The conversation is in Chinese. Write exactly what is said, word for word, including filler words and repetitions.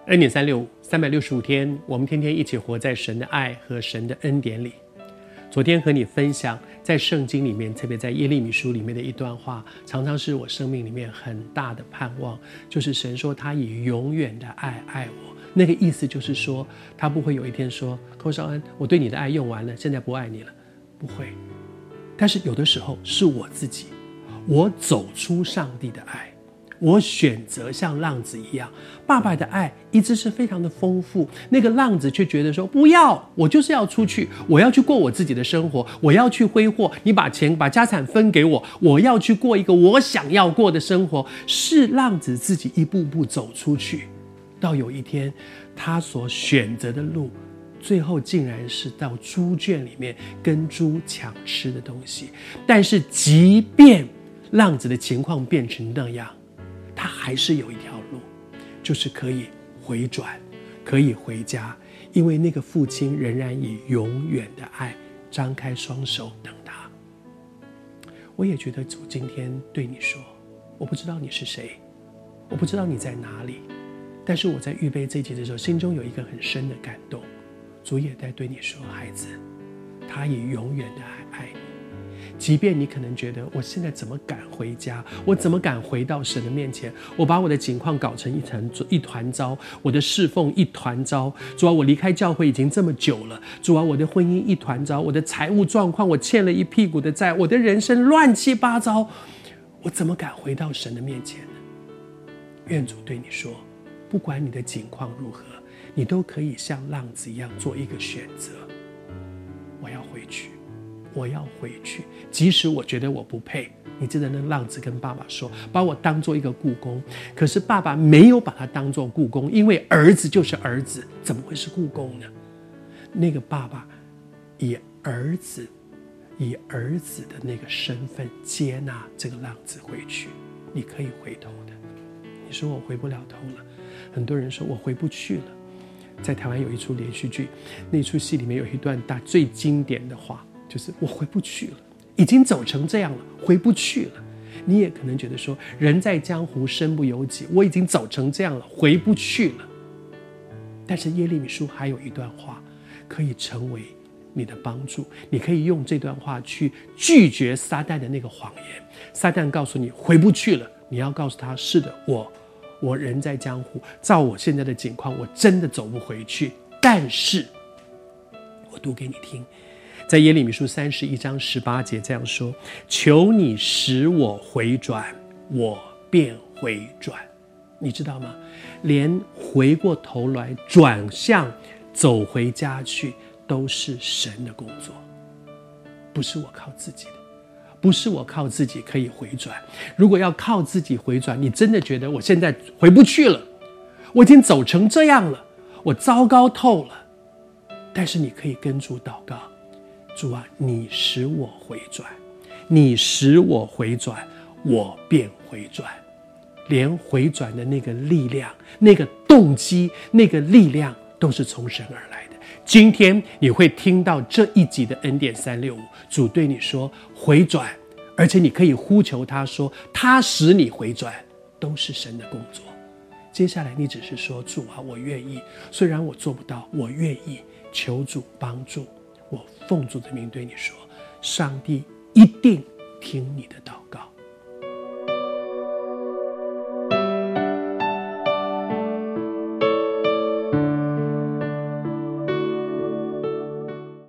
恩典三六五，三百六十五天，我们天天一起活在神的爱和神的恩典里。昨天和你分享，在圣经里面，特别在耶利米书里面的一段话，常常是我生命里面很大的盼望，就是神说他以永远的爱爱我。那个意思就是说，他不会有一天说，寇绍恩，我对你的爱用完了，现在不爱你了，不会。但是有的时候是我自己，我走出上帝的爱，我选择像浪子一样，爸爸的爱一直是非常的丰富，那个浪子却觉得说不要，我就是要出去，我要去过我自己的生活，我要去挥霍，你把钱把家产分给我，我要去过一个我想要过的生活。是浪子自己一步步走出去，到有一天他所选择的路，最后竟然是到猪圈里面跟猪抢吃的东西。但是即便浪子的情况变成那样，他还是有一条路，就是可以回转，可以回家，因为那个父亲仍然以永远的爱张开双手等他。我也觉得主今天对你说，我不知道你是谁，我不知道你在哪里，但是我在预备这一集的时候，心中有一个很深的感动。主也在对你说，孩子，他以永远的爱爱你。即便你可能觉得我现在怎么敢回家，我怎么敢回到神的面前，我把我的境况搞成一团一团糟，我的侍奉一团糟，主啊，我离开教会已经这么久了，主啊，我的婚姻一团糟，我的财务状况我欠了一屁股的债，我的人生乱七八糟，我怎么敢回到神的面前呢？愿主对你说，不管你的境况如何，你都可以像浪子一样做一个选择，我要回去，我要回去，即使我觉得我不配。你记得那浪子跟爸爸说，把我当做一个雇工，可是爸爸没有把他当做雇工，因为儿子就是儿子，怎么会是雇工呢？那个爸爸以儿子以儿子的那个身份接纳这个浪子回去。你可以回头的。你说我回不了头了，很多人说我回不去了。在台湾有一出连续剧，那出戏里面有一段大最经典的话，就是我回不去了，已经走成这样了，回不去了。你也可能觉得说，人在江湖身不由己，我已经走成这样了，回不去了。但是耶利米书还有一段话可以成为你的帮助，你可以用这段话去拒绝撒旦的那个谎言。撒旦告诉你回不去了，你要告诉他，是的，我我人在江湖，照我现在的境况，我真的走不回去。但是我读给你听，在耶利米书三十一章十八节这样说，求你使我回转，我便回转。你知道吗？连回过头来转向走回家去，都是神的工作，不是我靠自己的，不是我靠自己可以回转。如果要靠自己回转，你真的觉得我现在回不去了，我已经走成这样了，我糟糕透了。但是你可以跟主祷告，主啊，你使我回转，你使我回转，我便回转。连回转的那个力量，那个动机，那个力量都是从神而来的。今天你会听到这一集的恩典三六五，主对你说回转，而且你可以呼求他说，他使你回转，都是神的工作。接下来你只是说，主啊，我愿意，虽然我做不到，我愿意，求主帮助我。奉主的名对你说，上帝一定听你的祷告。